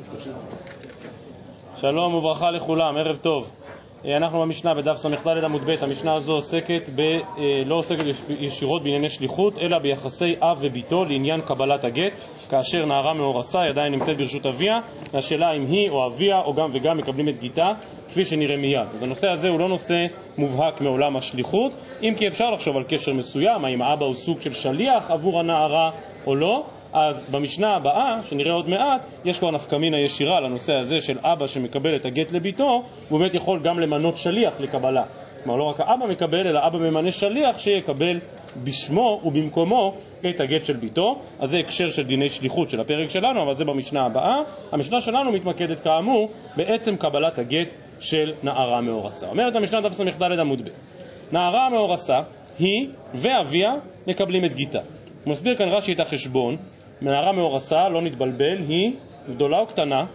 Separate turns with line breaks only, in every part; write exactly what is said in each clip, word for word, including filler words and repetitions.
שלום וברכה לכולם, ערב טוב. אנחנו במשנה בדף ס"ד עמוד ב'. המשנה הזו עוסקת ב, לא עוסקת ישירות בענייני שליחות, אלא ביחסי אב וביתו לעניין קבלת הגט, כאשר נערה מאורסה היא עדיין נמצאת ברשות אביה, והשאלה אם היא או אביה או גם וגם מקבלים את גיתה, כפי שנראה מיד. אז הנושא הזה הוא לא נושא מובהק מעולם השליחות, אם כי אפשר לחשוב על קשר מסוים, האם האבא הוא סוג של שליח עבור הנערה או לא. אז במשנה הבאה, שנראה עוד מעט, יש כבר נפקמינה ישירה לנושא הזה של אבא שמקבל את הגט לביתו, הוא באמת יכול גם למנות שליח לקבלה. כלומר, לא רק האבא מקבל, אלא אבא ממנה שליח שיקבל בשמו ובמקומו את הגט של ביתו. אז זה הקשר של דיני שליחות של הפרק שלנו, אבל זה במשנה הבאה. המשנה שלנו מתמקדת כאמור בעצם קבלת הגט של נערה מאורסה. אומרת המשנה דף ס"ד עמוד ב'. נערה מאורסה היא ואביה מקבלים את גיתה. הוא מסביר כאן רש"י את החשבון. נערה מאורסה, לא נתבלבל, היא גדולה או קטנה?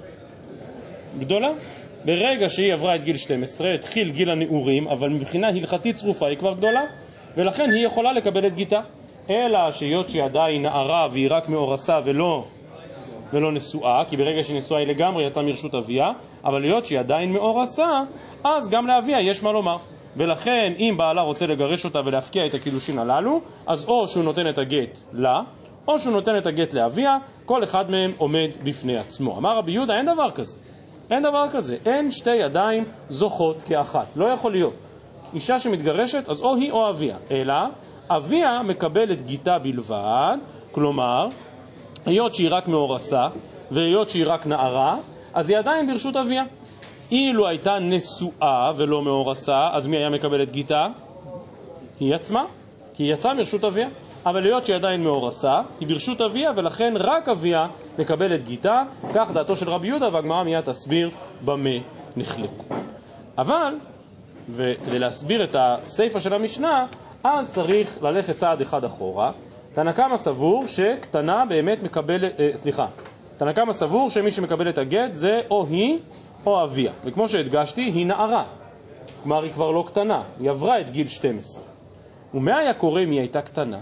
גדולה. ברגע שהיא עברה את גיל שתים עשרה, התחיל גיל הנעורים, אבל מבחינה הלכתית צרופה היא כבר גדולה, ולכן היא יכולה לקבל את גיתה. אלא שהיות שהיא עדיין נערה והיא רק מאורסה ולא, ולא נשואה, כי ברגע שהיא נשואה היא לגמרי יצאה מרשות אביה, אבל להיות שהיא עדיין מאורסה, אז גם לאביה יש מה לומר. ולכן אם בעלה רוצה לגרש אותה ולהפקיע את הקידושין הללו, אז או שהוא נותן את הגט לה, או שהוא נותן את הגט לאביה, כל אחד מהם עומד בפני עצמו. אמר רבי יהודה, אין דבר כזה. אין דבר כזה. אין שתי ידיים זוכות כאחת. לא יכול להיות. אישה שמתגרשת, אז או היא או אביה. אלא, אביה מקבל את גיתה בלבד, כלומר, היות שהיא רק מאורסה, והיות שהיא רק נערה, אז היא עדיין ברשות אביה. אילו הייתה נשואה ולא מאורסה, אז מי היה מקבל את גיתה? היא עצמה, כי היא יצאה מרשות אביה. אבל להיות שהיא עדיין מאורסה, היא ברשות אביה, ולכן רק אביה מקבל את גיתה. כך דעתו של רבי יהודה, והגמרא מיד תסביר במה נחלקו. אבל, וכדי להסביר את הסיפא של המשנה, אז צריך ללכת צעד אחד אחורה. תנא קמא סבור שקטנה באמת מקבלת, אה, סליחה, תנא קמא סבור שמי שמקבל את הגט זה או היא או אביה. וכמו שהדגשתי, היא נערה. כלומר, היא כבר לא קטנה, היא עברה את גיל שתים עשרה. ומה היה קורה אם היא הייתה קטנה?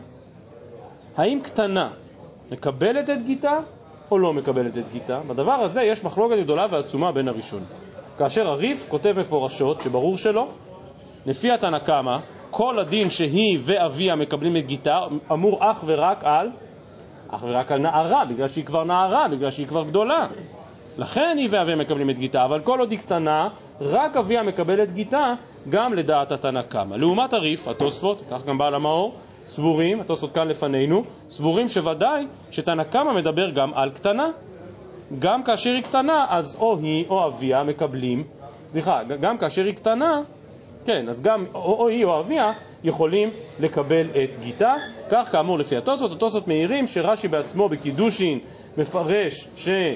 האם קטנה מקבלת את גיתה או לא מקבלת את גיתה? בדבר הזה יש מחלוקת גדולה ועצומה בין הראשונים. כאשר הריף כותב מפורשות, שברור שלא, לפי התנא קמא, כל הדין שהיא ואביה מקבלים את גיתה, אמור אך ורק על, אך ורק על נערה, בגלל שהיא כבר נערה, בגלל שהיא כבר גדולה. לכן היא ואביה מקבלים את גיתה, אבל כל עוד היא קטנה, רק אביה מקבל את גיתה, גם לדעת התנא קמא. לעומת הריף, התוספות, כך גם בעל המאור, סבורים, התוספות כאן לפנינו, סבורים שוודאי שתנא קמא מדבר גם על קטנה. גם כאשר היא קטנה, אז או היא או אביה מקבלים, סליחה, גם כאשר היא קטנה, כן, אז גם או, או היא או אביה יכולים לקבל את גיתה. כך כאמור לפי התוספות, התוספות מעירים שרש"י בעצמו בקידושין מפרש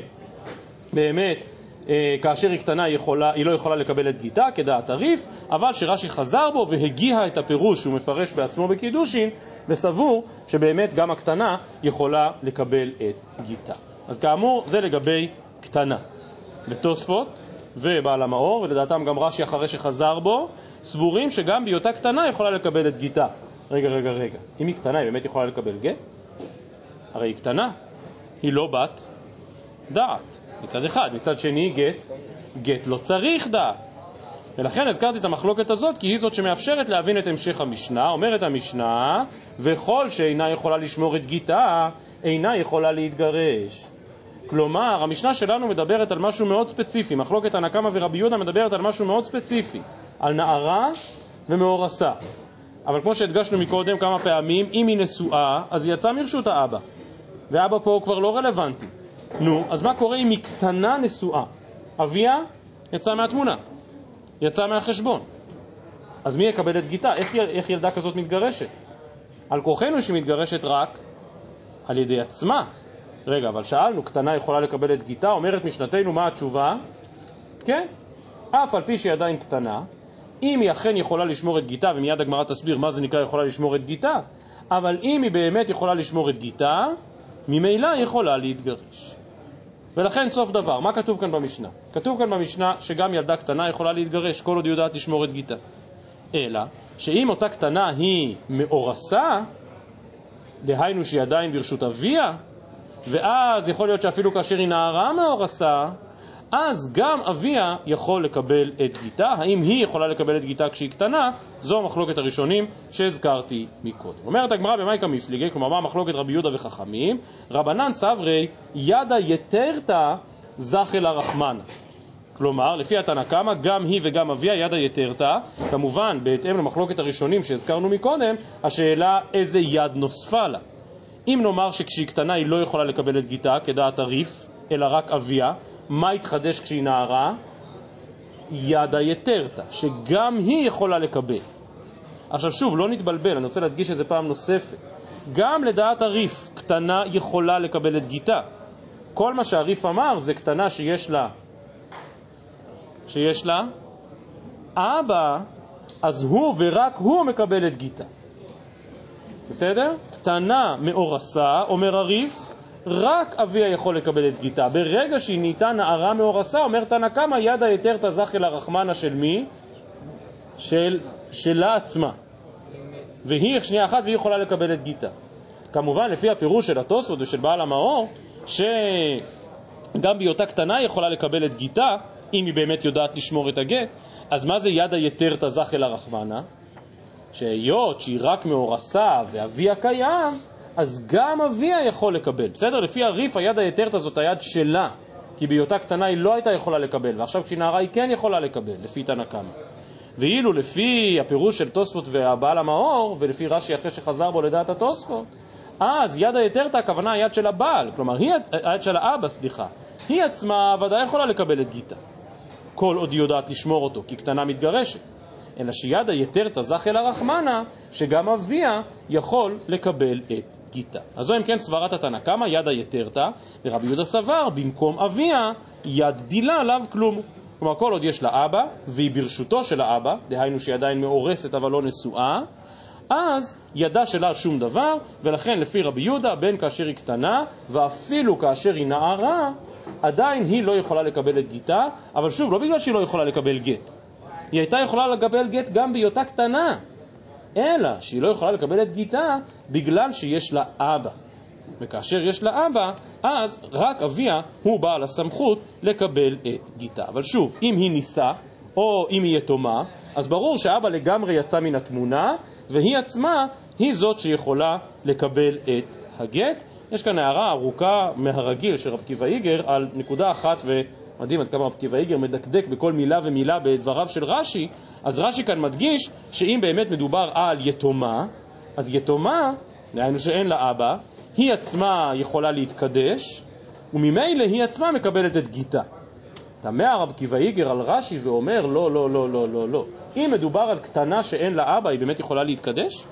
שבאמת אה, כאשר היא קטנה היא, יכולה, היא לא יכולה לקבל את גיתה כדעת הריף, אבל שרש"י חזר בו והגיע את הפירוש שהוא מפרש בעצמו בקידושין, וסבור שבאמת גם הקטנה יכולה לקבל את גיתה. אז כאמור זה לגבי קטנה. בתוספות ובעל המאור, ולדעתם גם רש"י אחרי שחזר בו, סבורים שגם בהיותה קטנה יכולה לקבל את גיתה. רגע, רגע, רגע. אם היא קטנה, היא באמת יכולה לקבל גט? הרי היא קטנה. היא לא בת דעת. מצד אחד. מצד שני, גט. גט לא צריך דעת. ולכן הזכרתי את המחלוקת הזאת, כי היא זאת שמאפשרת להבין את המשך המשנה. אומרת המשנה, וכל שאינה יכולה לשמור את גיתה, אינה יכולה להתגרש. כלומר, המשנה שלנו מדברת על משהו מאוד ספציפי. מחלוקת תנא קמא ורבי יהודה מדברת על משהו מאוד ספציפי. על נערה ומאורסה. אבל כמו שהדגשנו מקודם כמה פעמים, אם היא נשואה, אז היא יצאה מרשות האבא. ואבא פה הוא כבר לא רלוונטי. נו, אז מה קורה אם היא קטנה נשואה? אביה יצאה מהתמונה. יצאה מהחשבון. אז מי יקבל את גיתה? איך, איך ילדה כזאת מתגרשת? על כוחנו שהיא מתגרשת רק על ידי עצמה. רגע, אבל שאלנו, קטנה יכולה לקבל את גיתה? אומרת משנתנו, מה התשובה? כן. אף על פי שהיא עדיין קטנה, אם היא אכן יכולה לשמור את גיתה, ומיד הגמרא תסביר מה זה נקרא יכולה לשמור את גיתה, אבל אם היא באמת יכולה לשמור את גיתה, ממילא יכולה להתגרש. ולכן סוף דבר, מה כתוב כאן במשנה? כתוב כאן במשנה שגם ילדה קטנה יכולה להתגרש, כל עוד היא יודעת לשמור את גיתה. אלא, שאם אותה קטנה היא מאורסה, דהיינו שהיא עדיין ברשות אביה, ואז יכול להיות שאפילו כאשר היא נערה מאורסה, אז גם אביה יכול לקבל את גיתה. האם היא יכולה לקבל את גיתה כשהיא קטנה? זו המחלוקת הראשונים שהזכרתי מקודם. אומרת הגמרא במאי קמפליגי, כלומר מה המחלוקת רבי יהודה וחכמים? רבנן סברי ידה יתרתא זכי לרחמנה. כלומר, לפי התנא קמא, גם היא וגם אביה ידה יתרתא. כמובן, בהתאם למחלוקת הראשונים שהזכרנו מקודם, השאלה איזה יד נוספה לה. אם נאמר שכשהיא קטנה היא לא יכולה לקבל את גיתה כדעת הריף, אלא רק אביה, מה יתחדש כשהיא נערה? ידה יתרתא, שגם היא יכולה לקבל. עכשיו שוב, לא נתבלבל, אני רוצה להדגיש את זה פעם נוספת. גם לדעת הריף, קטנה יכולה לקבל את גיתה. כל מה שהריף אמר זה קטנה שיש לה, שיש לה אבא, אז הוא ורק הוא מקבל את גיתה. בסדר? קטנה מאורסה, אומר הריף, רק אביה יכול לקבל את גיתה. ברגע שהיא נהייתה נערה מאורסה, אומר תנא קמא, ידה יתרתא זכי לרחמנה של מי? של, שלה עצמה. והיא שנייה אחת והיא יכולה לקבל את גיתה. כמובן, לפי הפירוש של התוספות ושל בעל המאור, שגם בהיותה קטנה היא יכולה לקבל את גיתה, אם היא באמת יודעת לשמור את הגט. אז מה זה ידה יתרתא זכי לרחמנה? שהיות שהיא רק מאורסה ואביה קיים, אז גם אביה יכול לקבל. בסדר? לפי הריף היד היתרתא זאת היד שלה, כי בהיותה קטנה היא לא הייתה יכולה לקבל, ועכשיו כשהיא נערה היא כן יכולה לקבל, לפי תנא קמא. ואילו לפי הפירוש של תוספות והבעל המאור, ולפי רש"י אחרי שחזר בו לדעת התוספות, אז יד היתרתא הכוונה היד של הבעל, כלומר היא, היד של האבא, סליחה, היא עצמה ודאי יכולה לקבל את גיתה, כל עוד היא יודעת לשמור אותו, כי קטנה מתגרשת. אלא שיד היתרתא זכי לרחמנה, שגם אביה יכול לקבל את גיתה. אז זו אם כן סברת התנא קמא, יד היתרתא, ורבי יהודה סבר, במקום אביה, יד דילה לאו כלום. כלומר, כל עוד יש לה אבא, והיא ברשותו של האבא, דהיינו שהיא עדיין מאורסת אבל לא נשואה, אז ידה שלה שום דבר, ולכן לפי רבי יהודה, בין כאשר היא קטנה, ואפילו כאשר היא נערה, עדיין היא לא יכולה לקבל את גיתה, אבל שוב, לא בגלל שהיא לא יכולה לקבל גט. היא הייתה יכולה לקבל גט גם בהיותה קטנה, אלא שהיא לא יכולה לקבל את גיתה בגלל שיש לה אבא. וכאשר יש לה אבא, אז רק אביה הוא בעל הסמכות לקבל את גיתה. אבל שוב, אם היא ניסה, או אם היא יתומה, אז ברור שאבא לגמרי יצא מן התמונה, והיא עצמה היא זאת שיכולה לקבל את הגט. יש כאן הערה ארוכה מהרגיל של רב עקיבא איגר על נקודה אחת, ומדהים עד כמה רב עקיבא איגר מדקדק בכל מילה ומילה בדבריו של רש"י. אז רש"י כאן מדגיש שאם באמת מדובר על יתומה, אז יתומה, דהיינו שאין לה אבא, היא עצמה יכולה להתקדש, וממילא היא עצמה מקבלת את גיתה. תמה רב עקיבא איגר על רש"י ואומר לא, לא, לא, לא, לא, לא. אם מדובר על קטנה שאין לה אבא, היא באמת יכולה להתקדש?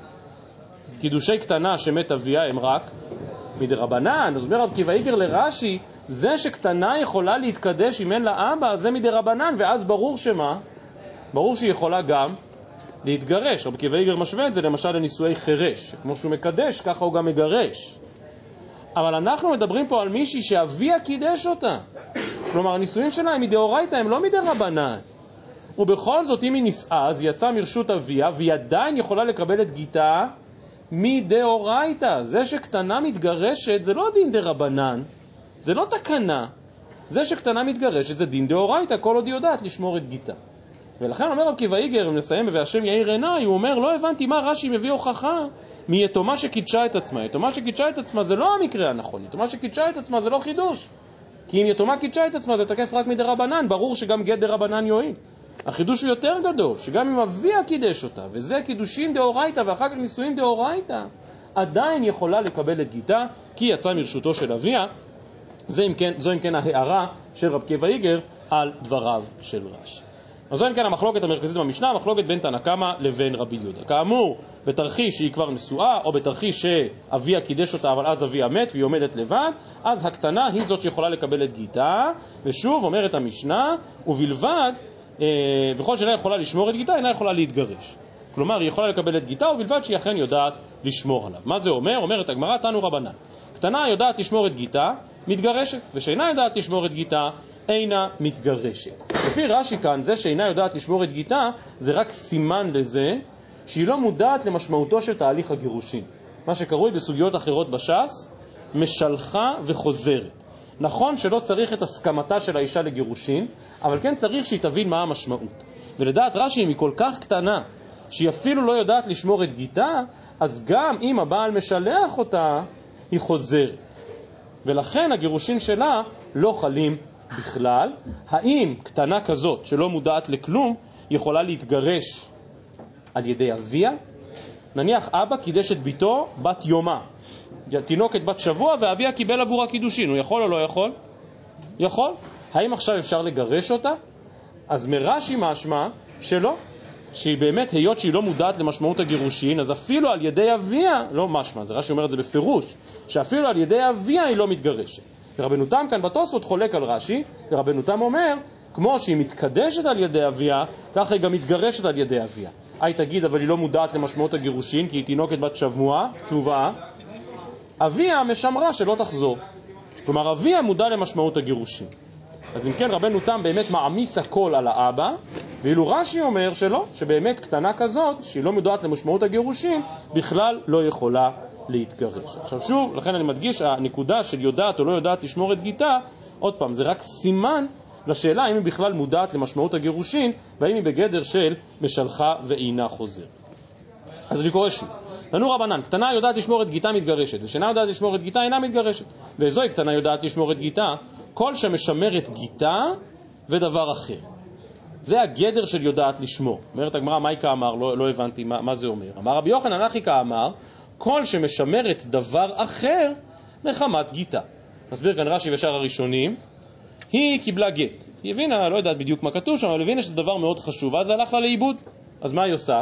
קידושי קטנה שמת אביה הם רק מדרבנן. אז אומר רב עקיבא איגר לרש"י, זה שקטנה יכולה להתקדש אם אין לה אבא, זה מדרבנן, ואז ברור שמה? ברור שהיא יכולה גם להתגרש. רב עקיבא איגר משווה את זה למשל לנישואי חירש, כמו שהוא מקדש, ככה הוא גם מגרש. אבל אנחנו מדברים פה על מישהי שאביה קידש אותה. כלומר, הנישואים שלה הם מדאורייתא, הם לא מדרבנן. ובכל זאת, אם היא נישאה, אז יצא מרשות אביה, והיא עדיין יכולה לקבל את גיתה מדאורייתא. זה שקטנה מתגרשת, זה לא דין דרבנן, זה לא תקנה. זה שקטנה מתגרשת, זה דין דאורייתא, כל עוד היא יודעת לשמור את גיתה. ולכן אומר רב עקיבא איגר, אם נסיים והשם יאיר עיניי, הוא אומר, לא הבנתי מה רש"י מביא הוכחה מיתומה שקידשה את עצמה. יתומה שקידשה את עצמה זה לא המקרה הנכון, יתומה שקידשה את עצמה זה לא חידוש. כי אם יתומה קידשה את עצמה זה תקף רק מדרבנן, ברור שגם גט דרבנן יועיל. החידוש הוא יותר גדול, שגם אם אביה קידש אותה, וזה קידושים דאורייתא ואחר כך נישואים דאורייתא, עדיין יכולה לקבל את גיתה, כי יצא מרשותו של אביה. זה אם כן, זו אם כן ההערה של רב עקיבא איגר על דבריו של רש"י. אז זו אם כן המחלוקת המרכזית במשנה, המחלוקת בין תנא קמא לבין רבי יהודה. כאמור, בתרחיש שהיא כבר נשואה, או בתרחיש שאביה קידש אותה אבל אז אביה מת והיא עומדת לבד, אז הקטנה היא זאת שיכולה לקבל את גיתה. ושוב אומרת המשנה, ובלבד, אה, בכל שאינה יכולה לשמור את גיתה, אינה יכולה להתגרש. כלומר, היא יכולה לקבל את גיתה, ובלבד שהיא אכן יודעת לשמור עליו. מה זה אומר? אומרת הגמרא, תנו רבנן. קטנה יודעת לשמור את גיתה, מתגרשת, ושאינה יודעת לשמור את גיתה, אינה מתגרשת. לפי רש"י כאן, זה שאינה יודעת לשמור את גיתה, זה רק סימן לזה שהיא לא מודעת למשמעותו של תהליך הגירושין. מה שקרוי בסוגיות אחרות בש"ס, משלחה וחוזרת. נכון שלא צריך את הסכמתה של האישה לגירושין, אבל כן צריך שהיא תבין מה המשמעות. ולדעת רש"י, אם היא כל כך קטנה, שהיא אפילו לא יודעת לשמור את גיטה, אז גם אם הבעל משלח אותה, היא חוזרת. ולכן הגירושין שלה לא חלים בכלל. האם קטנה כזאת שלא מודעת לכלום יכולה להתגרש על ידי אביה? נניח אבא קידש את ביתו בת יומה, תינוקת בת שבוע, ואביה קיבל עבורה קידושין, הוא יכול או לא יכול? יכול. האם עכשיו אפשר לגרש אותה? אז מרש"י משמע שלא, שהיא באמת, היות שהיא לא מודעת למשמעות הגירושין, אז אפילו על ידי אביה, לא משמע, זה רש"י אומר את זה בפירוש, שאפילו על ידי אביה היא לא מתגרשת. ורבנו תם כאן בתוספות חולק על רש"י, ורבנו תם אומר, כמו שהיא מתקדשת על ידי אביה, ככה היא גם מתגרשת על ידי אביה. היי תגיד, אבל היא לא מודעת למשמעות הגירושין, כי היא תינוקת בת שבוע, תשובה, אביה משמרה שלא תחזור. כלומר, אביה מודע למשמעות הגירושין. אז אם כן, רבנו תם באמת מעמיס הכל על האבא, ואילו רש"י אומר שלא, שבאמת קטנה כזאת, שהיא לא מודעת למשמעות הגירושין, בכלל לא יכולה להתגרש. עכשיו שוב, לכן אני מדגיש, הנקודה של יודעת או לא יודעת לשמור את גיטה, עוד פעם, זה רק סימן לשאלה אם היא בכלל מודעת למשמעות הגירושין, והאם היא בגדר של משלחה ואינה חוזר. אז אני קורא שוב. תנו רבנן, קטנה יודעת לשמור את גיטה מתגרשת, ושאינה יודעת לשמור את גיטה אינה מתגרשת. וזוהי קטנה יודעת לשמור את גיטה, כל שמשמר את גיטה ודבר אחר. זה הגדר של יודעת לשמור. אומרת הגמרא, מייקה אמר, לא, לא הבנתי מה, מה זה אומר. אמר רבי יוחנן אחיקה אמר, כל שמשמר את דבר אחר מחמת גיטה. מסביר כאן רש"י ושאר הראשונים, היא קיבלה גט. היא הבינה, לא יודעת בדיוק מה כתוב שם, אבל הבינה שזה דבר מאוד חשוב, אז הלך לה לאיבוד. אז מה היא עושה?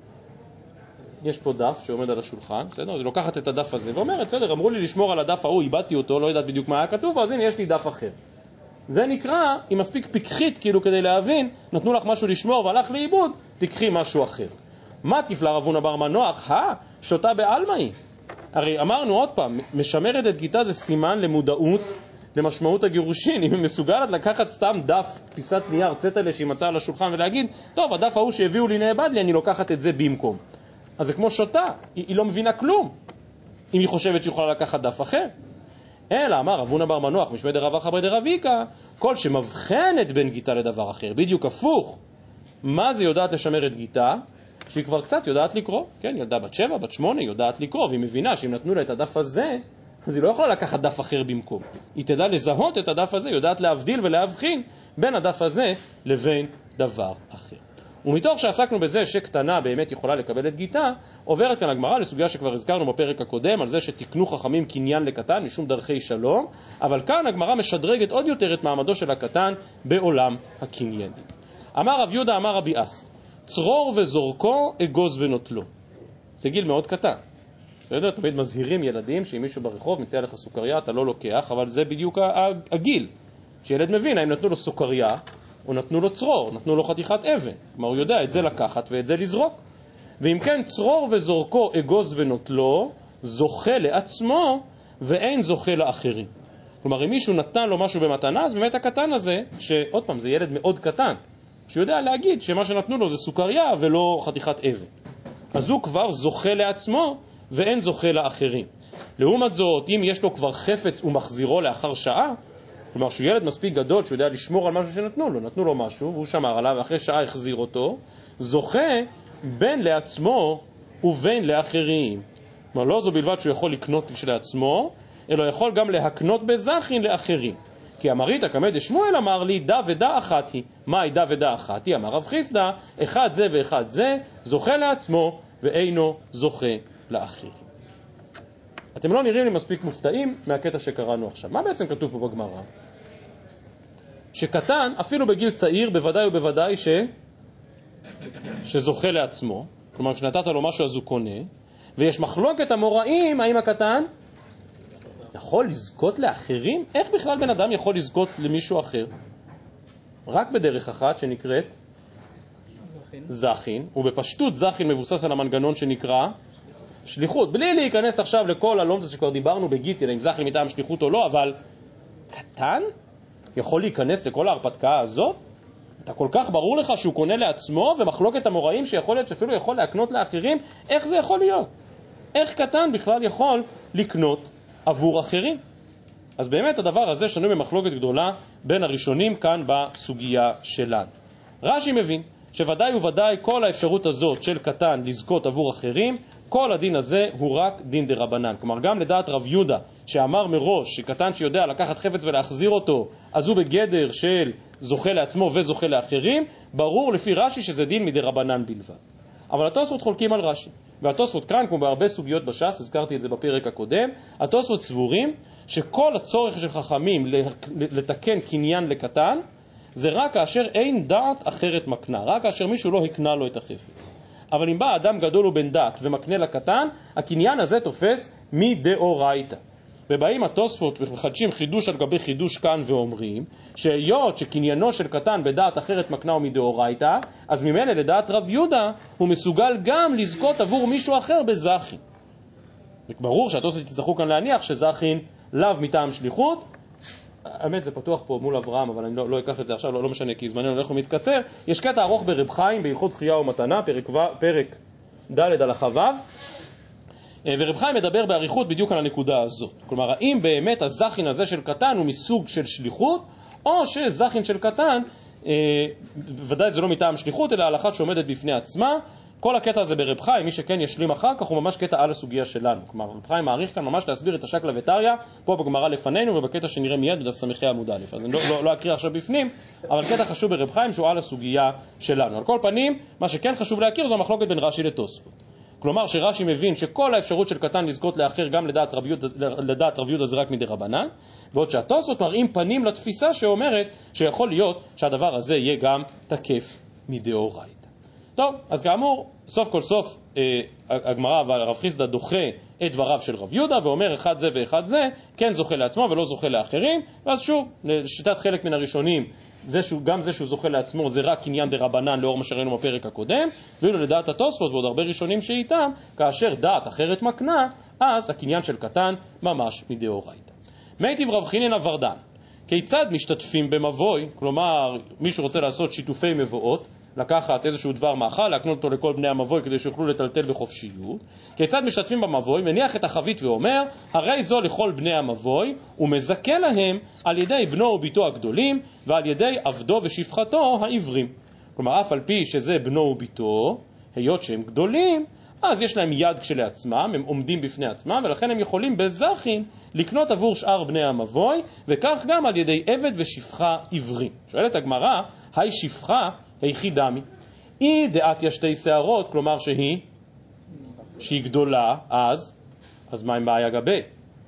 יש פה דף שעומד על השולחן, בסדר? אז היא לוקחת את הדף הזה ואומרת, בסדר, אמרו לי לשמור על הדף ההוא, איבדתי אותו, לא יודעת בדיוק מה היה כתוב, אז הנה יש לי דף אחר. זה נקרא, היא מספיק פיקחית כאילו כדי להבין, נתנו לך משהו לשמור והלך לאיבוד, תקחי משהו אחר. מה תפלה רב הונא בר מנוח? הא, שותה בעלמאי. הרי אמרנו עוד פעם, משמרת את גיטה זה סימן למודעות, למשמעות הגירושין. אם היא מסוגלת לקחת סתם דף, פיסת נייר, צטלה שהיא מצאה על השולחן ולהגיד, טוב, הדף ההוא שהביאו לי נאבד לי, אני לוקחת את זה במקום. אז זה כמו שותה, היא, היא לא מבינה כלום, אם היא חושבת שהיא יכולה לקחת דף אחר. אלא אמר רב הונא בר מנוח משמי דרב אחא ברי דרב איקא, כל שמבחנת בין גיטה לדבר אחר, בדיוק הפוך. מה זה יודעת לשמר את גיטה? שהיא כבר קצת יודעת לקרוא, כן, ילדה בת שבע, בת שמונה, יודעת לקרוא, והיא מבינה שאם נתנו לה את הדף הזה, אז היא לא יכולה לקחת דף אחר במקום. היא תדע לזהות את הדף הזה, יודעת להבדיל ולהבחין בין הדף הזה לבין דבר אחר. ומתוך שעסקנו בזה שקטנה באמת יכולה לקבל את גיטה, עוברת כאן הגמרא לסוגיה שכבר הזכרנו בפרק הקודם, על זה שתקנו חכמים קניין לקטן משום דרכי שלום, אבל כאן הגמרא משדרגת עוד יותר את מעמדו של הקטן בעולם הקניינים. אמר רב יהודה, אמר רבי אסי, צרור וזורקו אגוז ונוטלו. זה גיל מאוד קטן. בסדר? תמיד מזהירים ילדים שאם מישהו ברחוב מציע לך סוכריה אתה לא לוקח, אבל זה בדיוק הגיל. שילד מבין האם נתנו לו סוכריה או נתנו לו צרור, נתנו לו חתיכת אבן. כלומר, הוא יודע את זה לקחת ואת זה לזרוק. ואם כן, צרור וזורקו אגוז ונוטלו, זוכה לעצמו ואין זוכה לאחרים. כלומר, אם מישהו נתן לו משהו במתנה, אז באמת הקטן הזה, שעוד פעם, זה ילד מאוד קטן, שיודע להגיד שמה שנתנו לו זה סוכריה ולא חתיכת אבן. אז הוא כבר זוכה לעצמו ואין זוכה לאחרים. לעומת זאת, אם יש לו כבר חפץ ומחזירו לאחר שעה, כלומר שהוא ילד מספיק גדול שיודע לשמור על משהו שנתנו לו, נתנו לו משהו והוא שמר עליו ואחרי שעה החזיר אותו, זוכה בין לעצמו ובין לאחרים. כלומר לא זו בלבד שהוא יכול לקנות לעצמו, אלא יכול גם להקנות בזכין לאחרים. כי אמרית הקמא דשמואל אמר לי דה ודה אחת היא. מהי דה ודה אחת היא? אמר רב חיסדא, אחד זה ואחד זה, זוכה לעצמו ואינו זוכה לאחרים. אתם לא נראים לי מספיק מופתעים מהקטע שקראנו עכשיו. מה בעצם כתוב פה בגמרא? שקטן, אפילו בגיל צעיר, בוודאי ובוודאי ש... שזוכה לעצמו, כלומר שנתת לו משהו אז הוא קונה, ויש מחלוקת המוראים, האם הקטן יכול לזכות לאחרים? איך בכלל בן אדם יכול לזכות למישהו אחר? רק בדרך אחת שנקראת זכין, זכין ובפשטות זכין מבוסס על המנגנון שנקרא שליחות, בלי להיכנס עכשיו לכל הלום שכבר דיברנו בגיטי, אם זכין מטעם שליחות או לא, אבל קטן יכול להיכנס לכל ההרפתקה הזאת? אתה כל כך ברור לך שהוא קונה לעצמו, ומחלוקת המוראים שיכול להיות שאפילו יכול להקנות לאחרים, איך זה יכול להיות? איך קטן בכלל יכול לקנות עבור אחרים. אז באמת הדבר הזה שנוי במחלוקת גדולה בין הראשונים כאן בסוגיה שלנו. רש"י מבין שוודאי וודאי כל האפשרות הזאת של קטן לזכות עבור אחרים, כל הדין הזה הוא רק דין דרבנן. כלומר גם לדעת רב יהודה שאמר מראש שקטן שיודע לקחת חפץ ולהחזיר אותו אז הוא בגדר של זוכה לעצמו וזוכה לאחרים, ברור לפי רש"י שזה דין מדרבנן בלבד. אבל התוספות חולקים על רש"י, והתוספות כאן כמו בהרבה סוגיות בש"ס, הזכרתי את זה בפרק הקודם, התוספות סבורים שכל הצורך של חכמים לתקן קניין לקטן זה רק כאשר אין דעת אחרת מקנה, רק כאשר מישהו לא הקנה לו את החפץ. אבל אם בא אדם גדול ובן דעת ומקנה לקטן, הקניין הזה תופס מדאורייתא. ובאים התוספות וחדשים חידוש על גבי חידוש כאן ואומרים שהיות שקניינו של קטן בדעת אחרת מקנה הוא מדאורייתא, אז ממילא לדעת רב יהודה הוא מסוגל גם לזכות עבור מישהו אחר בזכין. ברור שהתוספות יצטרכו כאן להניח שזכין לאו מטעם שליחות. האמת זה פתוח פה מול אברהם, אבל אני לא, לא אקח את זה עכשיו, לא, לא משנה, כי זמננו הולך ומתקצר. יש קטע ארוך ברב חיים בהלכות זכייה ומתנה, פרק, פרק ד' הלכה ו', ורב חיים מדבר באריכות בדיוק על הנקודה הזאת. כלומר, האם באמת הזכין הזה של קטן הוא מסוג של שליחות, או שזכין של קטן, אה, ודאי זה לא מטעם שליחות, אלא הלכה שעומדת בפני עצמה. כל הקטע הזה ברב חיים, מי שכן ישלים אחר כך, הוא ממש קטע על הסוגיה שלנו. כלומר, רב חיים מעריך כאן ממש להסביר את השקלא וטריא, פה בגמרא לפנינו ובקטע שנראה מיד בדף ס"ה עמוד א'. אז אני לא, לא, לא אקריא עכשיו בפנים, אבל קטע חשוב ברב חיים שהוא על הסוגיה שלנו. על כל פנים, מה שכן חשוב להכיר זו המחלוקת בין רש"י לתוספות. כלומר שרש"י מבין שכל האפשרות של קטן לזכות לאחר גם לדעת רב יהודה, לדעת רב יהודה זה רק מדרבנן, ועוד שהתוספות מראים פנים לתפיסה שאומרת שיכול להיות שהדבר הזה יהיה גם תקף מדאורייתא. טוב, אז כאמור, סוף כל סוף אה, הגמרא והרב חיסדא דוחה את דבריו של רב יהודה ואומר אחד זה ואחד זה כן זוכה לעצמו ולא זוכה לאחרים, ואז שוב, לשיטת חלק מן הראשונים, זה שהוא, גם זה שהוא זוכה לעצמו זה רק עניין דרבנן לאור מה שראינו בפרק הקודם, ואילו לדעת התוספות ועוד הרבה ראשונים שאיתם, כאשר דעת אחרת מקנה, אז הקניין של קטן ממש מדאורייתא. מיטיב רב חינן הוורדן, כיצד משתתפים במבוי, כלומר מישהו רוצה לעשות שיתופי מבואות, לקחת איזשהו דבר מאכל, להקנות אותו לכל בני המבוי כדי שיוכלו לטלטל בחופשיות. כיצד משתתפים במבוי? מניח את החבית ואומר, הרי זו לכל בני המבוי, ומזכה להם על ידי בנו וביתו הגדולים, ועל ידי עבדו ושפחתו העברים. כלומר, אף על פי שזה בנו וביתו, היות שהם גדולים, אז יש להם יד כשלעצמם, הם עומדים בפני עצמם, ולכן הם יכולים בזכין לקנות עבור שאר בני המבוי, וכך גם על ידי עבד ושפחה עברים. שואלת הגמרא, היי שפחה, היכי דמי, היא דעתיה שתי שערות, כלומר שהיא, שהיא גדולה, אז, אז מה עם בעיה גבי?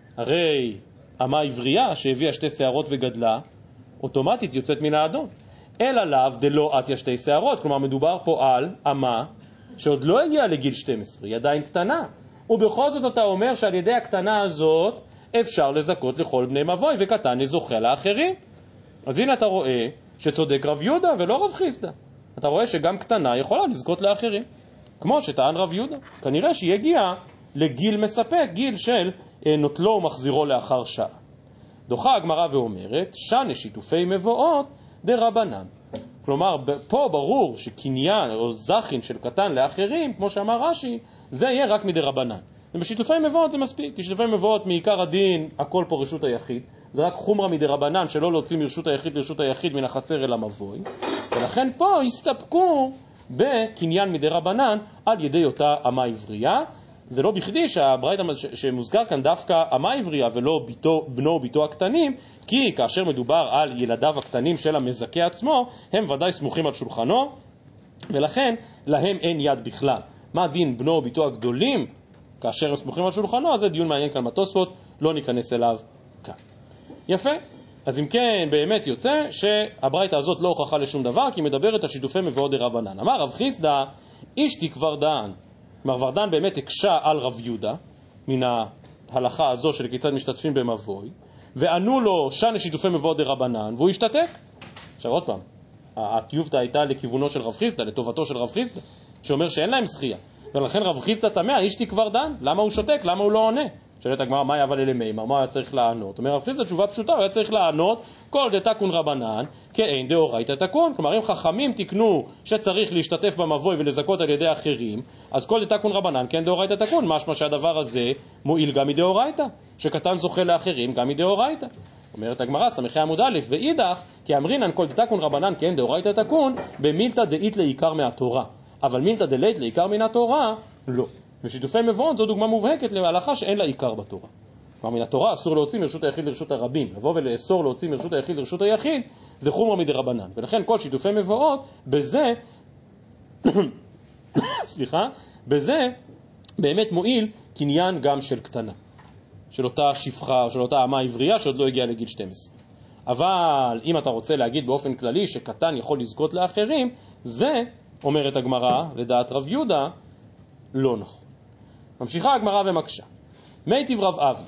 הרי אמה עברייה שהביאה שתי שערות וגדלה, אוטומטית יוצאת מן האדון. אלא לאו דלא עתיה שתי שערות, כלומר מדובר פה על אמה שעוד לא הגיעה לגיל שתים עשרה, היא עדיין קטנה. ובכל זאת אתה אומר שעל ידי הקטנה הזאת אפשר לזכות לכל בני מבוי, וקטן לזוכה לאחרים. אז הנה אתה רואה שצודק רב יהודה ולא רב חיסדא. אתה רואה שגם קטנה יכולה לזכות לאחרים, כמו שטען רב יהודה. כנראה שהיא הגיעה לגיל מספק, גיל של נוטלו ומחזירו לאחר שעה. דוחה הגמרא ואומרת, שנה שיתופי מבואות דרבנן. כלומר, פה ברור שקניין או זכין של קטן לאחרים, כמו שאמר רש"י, זה יהיה רק מדרבנן. ובשיתופי מבואות זה מספיק, כי שיתופי מבואות מעיקר הדין, הכל פה רשות היחיד. זה רק חומרה מדרבנן שלא להוציא מרשות היחיד לרשות היחיד מן החצר אל המבוי. ולכן פה הסתפקו בקניין מדרבנן על ידי אותה אמה עברייה. זה לא בכדי שהברייתא שמוזכר כאן דווקא אמה עברייה ולא ביתו, בנו וביתו הקטנים, כי כאשר מדובר על ילדיו הקטנים של המזכה עצמו, הם ודאי סמוכים על שולחנו, ולכן להם אין יד בכלל. מה דין בנו וביתו הגדולים כאשר הם סמוכים על שולחנו? אז זה דיון מעניין כאן בתוספות, לא ניכנס אליו כאן. יפה. אז אם כן, באמת יוצא שהברייתא הזאת לא הוכחה לשום דבר, כי היא מדברת על שיתופי מבואות דרבנן. אמר רב חיסדא, אשתי ורדן. כלומר, ורדן באמת הקשה על רב יהודה, מן ההלכה הזו של כיצד משתתפים במבוי, וענו לו שנה שיתופי מבואות דרבנן, והוא השתתק. עכשיו עוד פעם, הטיובתא הייתה לכיוונו של רב חיסדא, לטובתו של רב חיסדא, שאומר שאין להם זכייה. ולכן רב חיסדא תמה, אשתי ורדן, למה הוא שותק? למה הוא לא עונה? שואלת הגמרא, מה יבוא למימר? מה היה צריך לענות? אומר רב חיסדא, תשובה פשוטה, הוא היה צריך לענות כל דתקון רבנן כאין דאורייתא תקון. כלומר, אם חכמים תקנו שצריך להשתתף במבוי ולזכות על ידי אחרים, אז כל דתקון רבנן כאין דאורייתא תקון. משמע שהדבר הזה מועיל גם מדאורייתא. שקטן זוכה לאחרים גם מדאורייתא. אומרת הגמרא, סמכי עמוד א', ואידך, כי אמרינן כל דתקון רבנן כן דאורייתא תקון, במילתא דאית לעיקר מהתורה. אבל מילתא דלית לעיקר מן התורה, לא. ושיתופי מבואות זו דוגמה מובהקת להלכה שאין לה עיקר בתורה. כלומר, מן התורה אסור להוציא מרשות היחיד לרשות הרבים. לבוא ולאסור להוציא מרשות היחיד לרשות היחיד, זה חומרה מדרבנן. ולכן כל שיתופי מבואות, בזה, סליחה, בזה באמת מועיל קניין גם של קטנה. של אותה שפחה, של אותה אמה עברייה שעוד לא הגיעה לגיל שתים עשרה. אבל אם אתה רוצה להגיד באופן כללי שקטן יכול לזכות לאחרים, זה, אומרת הגמרא, לדעת רב יהודה, לא נכון. ממשיכה הגמרא ומקשה. מיטיב רב אבי,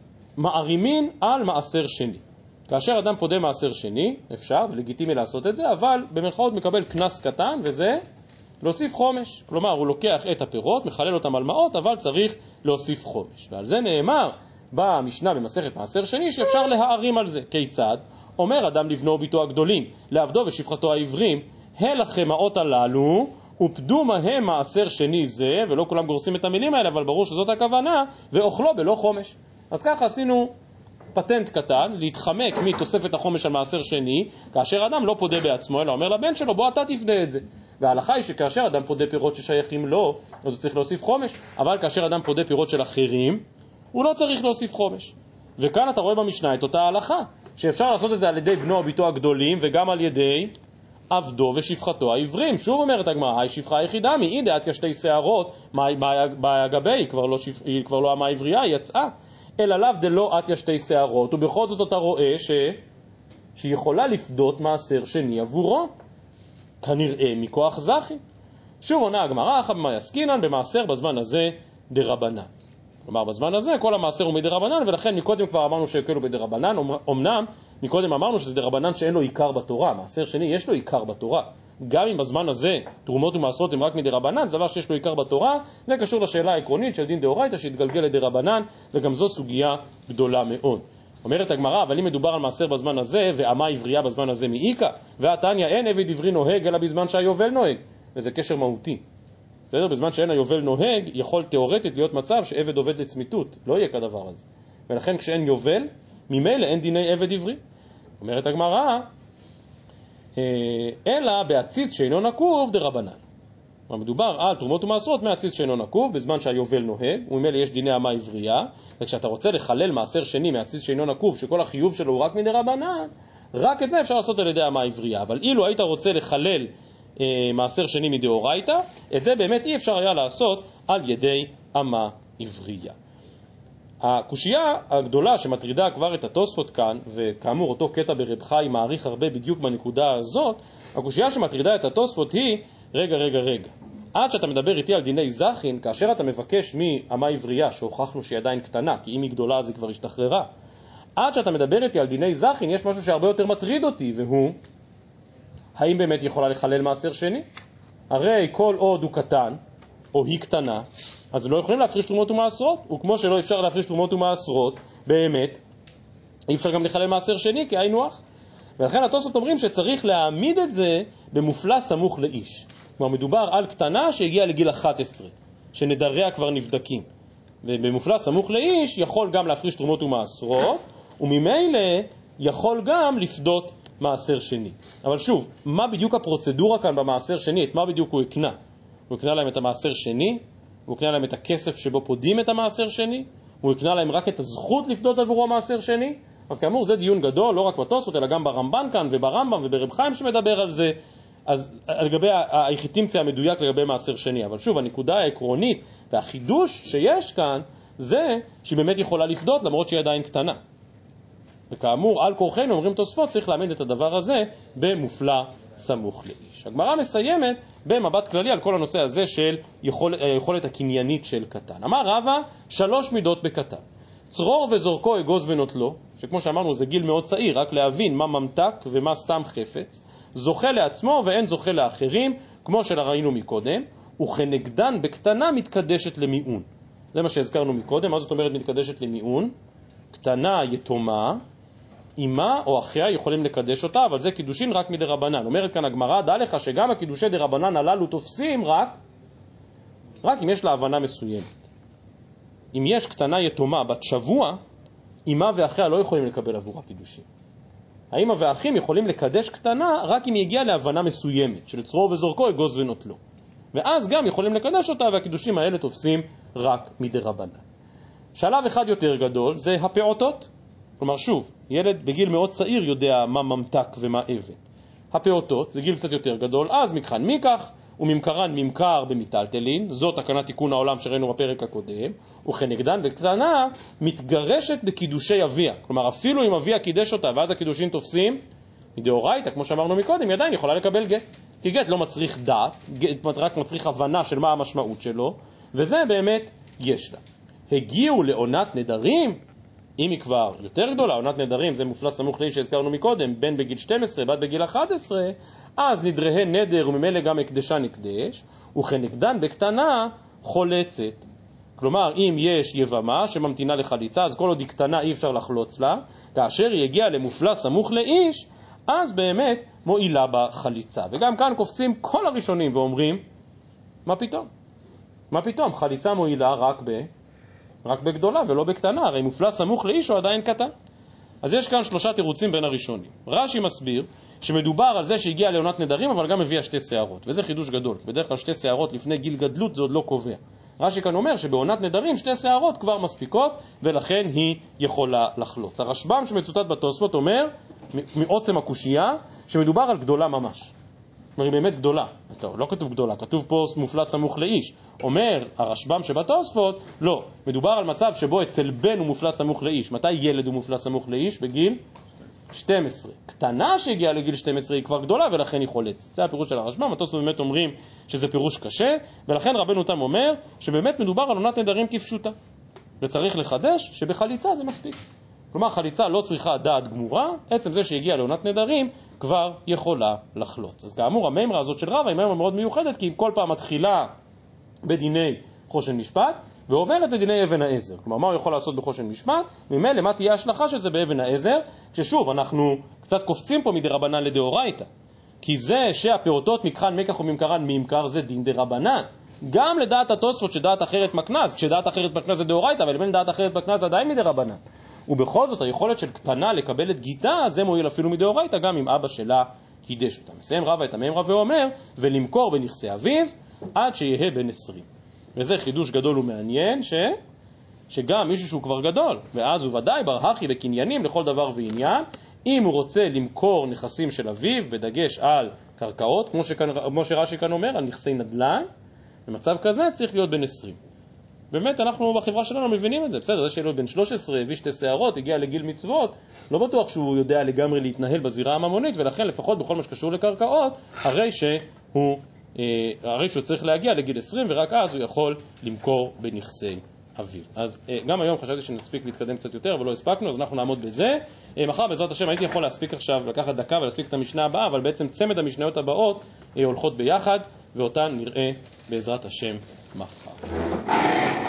מערימין על מעשר שני. כאשר אדם פודה מעשר שני, אפשר ולגיטימי לעשות את זה, אבל במרכאות מקבל כנס קטן, וזה להוסיף חומש. כלומר, הוא לוקח את הפירות, מחלל אותם על מעות, אבל צריך להוסיף חומש. ועל זה נאמר במשנה במסכת מעשר שני שאפשר להערים על זה. כיצד? אומר אדם לבנו וביתו הגדולים, לעבדו ושפחתו העברים, הלכם מעות הללו, ופדו מהם מעשר שני זה, ולא כולם גורסים את המילים האלה, אבל ברור שזאת הכוונה, ואוכלו בלא חומש. אז ככה עשינו פטנט קטן, להתחמק מתוספת החומש על מעשר שני, כאשר אדם לא פודה בעצמו, אלא אומר לבן שלו, בוא אתה תפדה את זה. וההלכה היא שכאשר אדם פודה פירות ששייכים לו, אז הוא צריך להוסיף חומש, אבל כאשר אדם פודה פירות של אחרים, הוא לא צריך להוסיף חומש. וכאן אתה רואה במשנה את אותה ההלכה, שאפשר לעשות את זה על ידי בנו וביתו הגדולים, וגם על ידי עבדו ושפחתו העברים. שוב אומרת הגמרא, היא שפחה היחידה, מאי דעת כשתי שערות, בהגבי, היא כבר לא, שפ... היא כבר לא אמה עברייה, היא יצאה. אלא לאו דלא עטיה שתי שערות, ובכל זאת אתה רואה ש... שהיא יכולה לפדות מעשר שני עבורו, כנראה מכוח זכי. שוב עונה הגמרא, אחא במאי עסקינן, במעשר בזמן הזה דרבנן. כלומר, בזמן הזה כל המעשר הוא מדרבנן, ולכן מקודם כבר אמרנו שהקלו בדרבנן. אמנם מקודם אמרנו שזה דרבנן שאין לו עיקר בתורה, מעשר שני יש לו עיקר בתורה. גם אם בזמן הזה תרומות ומעשרות הם רק מדרבנן, זה דבר שיש לו עיקר בתורה. זה קשור לשאלה העקרונית של דין דאורייתא שהתגלגל לדרבנן, וגם זו סוגיה גדולה מאוד. אומרת הגמרא, אבל אם מדובר על מעשר בזמן הזה, ואמה עברייה בזמן הזה מעיקה, והתניא אין עבד עברי נוהג אלא בזמן שהיובל נוהג, וזה קשר מהותי. בסדר? בזמן שאין היובל נוהג, יכול תיאורטית להיות מצב שעבד עובד לצמיתות, לא יהיה כדבר הזה. ולכן כשאין יובל, ממילא אין דיני עבד עברי. אומרת הגמרא, אלא בעציץ שאינו נקוב דרבנן. מדובר על תרומות ומעשרות מעציץ שאינו נקוב בזמן שהיובל נוהג, וממילא יש דיני אמה עברייה. וכשאתה רוצה לחלל מעשר שני מעציץ שאינו נקוב, שכל החיוב שלו הוא רק מדרבנן, רק את זה אפשר לעשות על ידי אמה עברייה. אבל אילו היית רוצה לחלל אה, מעשר שני מדאורייתא, את זה באמת אי אפשר היה לעשות על ידי אמה עברייה. הקושייה הגדולה שמטרידה כבר את התוספות כאן, וכאמור אותו קטע ברב חיים מעריך הרבה בדיוק בנקודה הזאת, הקושייה שמטרידה את התוספות היא, רגע רגע רגע, עד שאתה מדבר איתי על דיני זכין, כאשר אתה מבקש מאמה עברייה, שהוכחנו שהיא עדיין קטנה, כי אם היא גדולה אז היא כבר השתחררה, עד שאתה מדבר איתי על דיני זכין, יש משהו שהרבה יותר מטריד אותי, והוא, האם באמת יכולה לחלל מעשר שני? הרי כל עוד הוא קטן, או היא קטנה, אז לא יכולים להפריש תרומות ומעשרות, וכמו שלא אפשר להפריש תרומות ומעשרות, באמת, אי אפשר גם לחלל מעשר שני, כי היינו אח. ולכן התוספות אומרים שצריך להעמיד את זה במופלא סמוך לאיש. כלומר, מדובר על קטנה שהגיעה לגיל אחת עשרה, שנדריה כבר נבדקים. ובמופלא סמוך לאיש יכול גם להפריש תרומות ומעשרות, וממילא יכול גם לפדות מעשר שני. אבל שוב, מה בדיוק הפרוצדורה כאן במעשר שני? את מה בדיוק הוא יקנה? הוא יקנה להם את המעשר שני? הוא יקנה להם את הכסף שבו פודים את המעשר שני? הוא יקנה להם רק את הזכות לפדות עבורו המעשר שני? אז כאמור זה דיון גדול, לא רק בתוספות, אלא גם ברמב"ן כאן וברמב"ם וברב חיים שמדבר על זה. אז לגבי היחיתימצא המדויק לגבי מעשר שני. אבל שוב, הנקודה העקרונית והחידוש שיש כאן זה שהיא באמת יכולה לפדות למרות שהיא עדיין קטנה. וכאמור, על כורחנו, אומרים תוספות, צריך להעמיד את הדבר הזה במופלא סמוך לאיש. הגמרא מסיימת במבט כללי על כל הנושא הזה של יכול, יכולת הקניינית של קטן. אמר רבא, שלוש מידות בקטן. צרור וזורקו אגוז ונוטלו, שכמו שאמרנו זה גיל מאוד צעיר, רק להבין מה ממתק ומה סתם חפץ, זוכה לעצמו ואין זוכה לאחרים, כמו שראינו מקודם, וכנגדן בקטנה מתקדשת למיעון. זה מה שהזכרנו מקודם. מה זאת אומרת מתקדשת למיעון? קטנה יתומה, אמא או אחיה יכולים לקדש אותה, אבל זה קידושין רק מדרבנן. אומרת כאן הגמרא, דע לך שגם הקידושי דרבנן הללו תופסים רק, רק אם יש לה הבנה מסוימת. אם יש קטנה יתומה בת שבוע, אמא ואחיה לא יכולים לקבל עבורה קידושים. האמא והאחים יכולים לקדש קטנה רק אם היא הגיעה להבנה מסוימת, של צרור וזורקו אגוז ונוטלו. ואז גם יכולים לקדש אותה, והקידושים האלה תופסים רק מדרבנן. שלב אחד יותר גדול זה הפעוטות. כלומר, שוב, ילד בגיל מאוד צעיר יודע מה ממתק ומה אבן. הפעוטות זה גיל קצת יותר גדול, אז מכחן מכך, וממכרן ממכר במיטלטלין, זאת תקנת תיקון העולם שראינו בפרק הקודם, וכנגדן בקטנה מתגרשת בקידושי אביה. כלומר, אפילו אם אביה קידש אותה ואז הקידושים תופסים, מדאורייתא, כמו שאמרנו מקודם, היא עדיין יכולה לקבל גט. כי גט לא מצריך דעת, גט רק מצריך הבנה של מה המשמעות שלו, וזה באמת יש לה. הגיעו לעונת נדרים, אם היא כבר יותר גדולה, עונת נדרים זה מופלא סמוך לאיש שהזכרנו מקודם, בן בגיל שתים עשרה, בת בגיל אחת עשרה, אז נדריהן נדר וממילא גם הקדשה נקדש, וכנגדן בקטנה חולצת. כלומר, אם יש יבמה שממתינה לחליצה, אז כל עוד היא קטנה אי אפשר לחלוץ לה, כאשר היא הגיעה למופלא סמוך לאיש, אז באמת מועילה בחליצה. וגם כאן קופצים כל הראשונים ואומרים, מה פתאום? מה פתאום? חליצה מועילה רק ב... רק בגדולה ולא בקטנה, הרי מופלא סמוך לאיש הוא עדיין קטן. אז יש כאן שלושה תירוצים בין הראשונים. רש"י מסביר שמדובר על זה שהגיע לעונת נדרים, אבל גם הביאה שתי שערות, וזה חידוש גדול, כי בדרך כלל שתי שערות לפני גיל גדלות זה עוד לא קובע. רש"י כאן אומר שבעונת נדרים שתי שערות כבר מספיקות, ולכן היא יכולה לחלוץ. הרשב"ם שמצוטט בתוספות אומר, מעוצם הקושייה, שמדובר על גדולה ממש. כלומר, היא באמת גדולה. טוב, לא כתוב גדולה, כתוב פה מופלא סמוך לאיש. אומר הרשב"ם שבתוספות, לא, מדובר על מצב שבו אצל בן הוא מופלא סמוך לאיש. מתי ילד הוא מופלא סמוך לאיש? בגיל שתים עשרה. קטנה שהגיעה לגיל שתים עשרה היא כבר גדולה ולכן היא חולצת. זה הפירוש של הרשב"ם. התוספות באמת אומרים שזה פירוש קשה, ולכן רבנו תם אומר שבאמת מדובר על עונת נדרים כפשוטה. וצריך לחדש שבחליצה זה מספיק. כלומר, חליצה לא צריכה דעת גמורה, עצם זה שהגיעה לעונת נדרים כבר יכולה לחלוץ. אז כאמור, הממרה הזאת של רבא היא ממרה מאוד מיוחדת, כי היא כל פעם מתחילה בדיני חושן משפט, ועוברת לדיני אבן העזר. כלומר, מה הוא יכול לעשות בחושן משפט? ממילא, מה תהיה ההשלכה של זה באבן העזר? כששוב, אנחנו קצת קופצים פה מדרבנן לדאורייתא. כי זה שהפעוטות מכחן מקח וממכרן ממכר זה דין דרבנן. גם לדעת התוספות שדעת אחרת מקנז, כשדעת אחרת מקנז זה דאורייתא, אבל לבין דעת אחרת מקנז עדיין מדרבנן. ובכל זאת היכולת של קטנה לקבל את גיטה, זה מועיל אפילו מדאורייתא, גם אם אבא שלה קידש אותה. מסיים רבא את הממרה ואומר, ולמכור בנכסי אביו עד שיהיה בן עשרים. וזה חידוש גדול ומעניין, ש... שגם מישהו שהוא כבר גדול, ואז הוא ודאי ברהכי בקניינים לכל דבר ועניין, אם הוא רוצה למכור נכסים של אביו, בדגש על קרקעות, כמו, שכאן, כמו שרש"י כאן אומר, על נכסי נדל"ן, במצב כזה צריך להיות בן עשרים. באמת, אנחנו בחברה שלנו מבינים את זה. בסדר, זה שאלות בן שלוש עשרה, הביא שתי שערות, הגיע לגיל מצוות, לא בטוח שהוא יודע לגמרי להתנהל בזירה הממונית, ולכן לפחות בכל מה שקשור לקרקעות, הרי שהוא, אה, הרי שהוא צריך להגיע לגיל עשרים, ורק אז הוא יכול למכור בנכסי אביו. אז אה, גם היום חשבתי שנספיק להתקדם קצת יותר, אבל לא הספקנו, אז אנחנו נעמוד בזה. אה, מחר בעזרת השם הייתי יכול להספיק עכשיו, לקחת דקה ולהספיק את המשנה הבאה, אבל בעצם צמד המשניות הבאות אה, הולכות ביחד, ואותן נראה בעזרת השם מחר.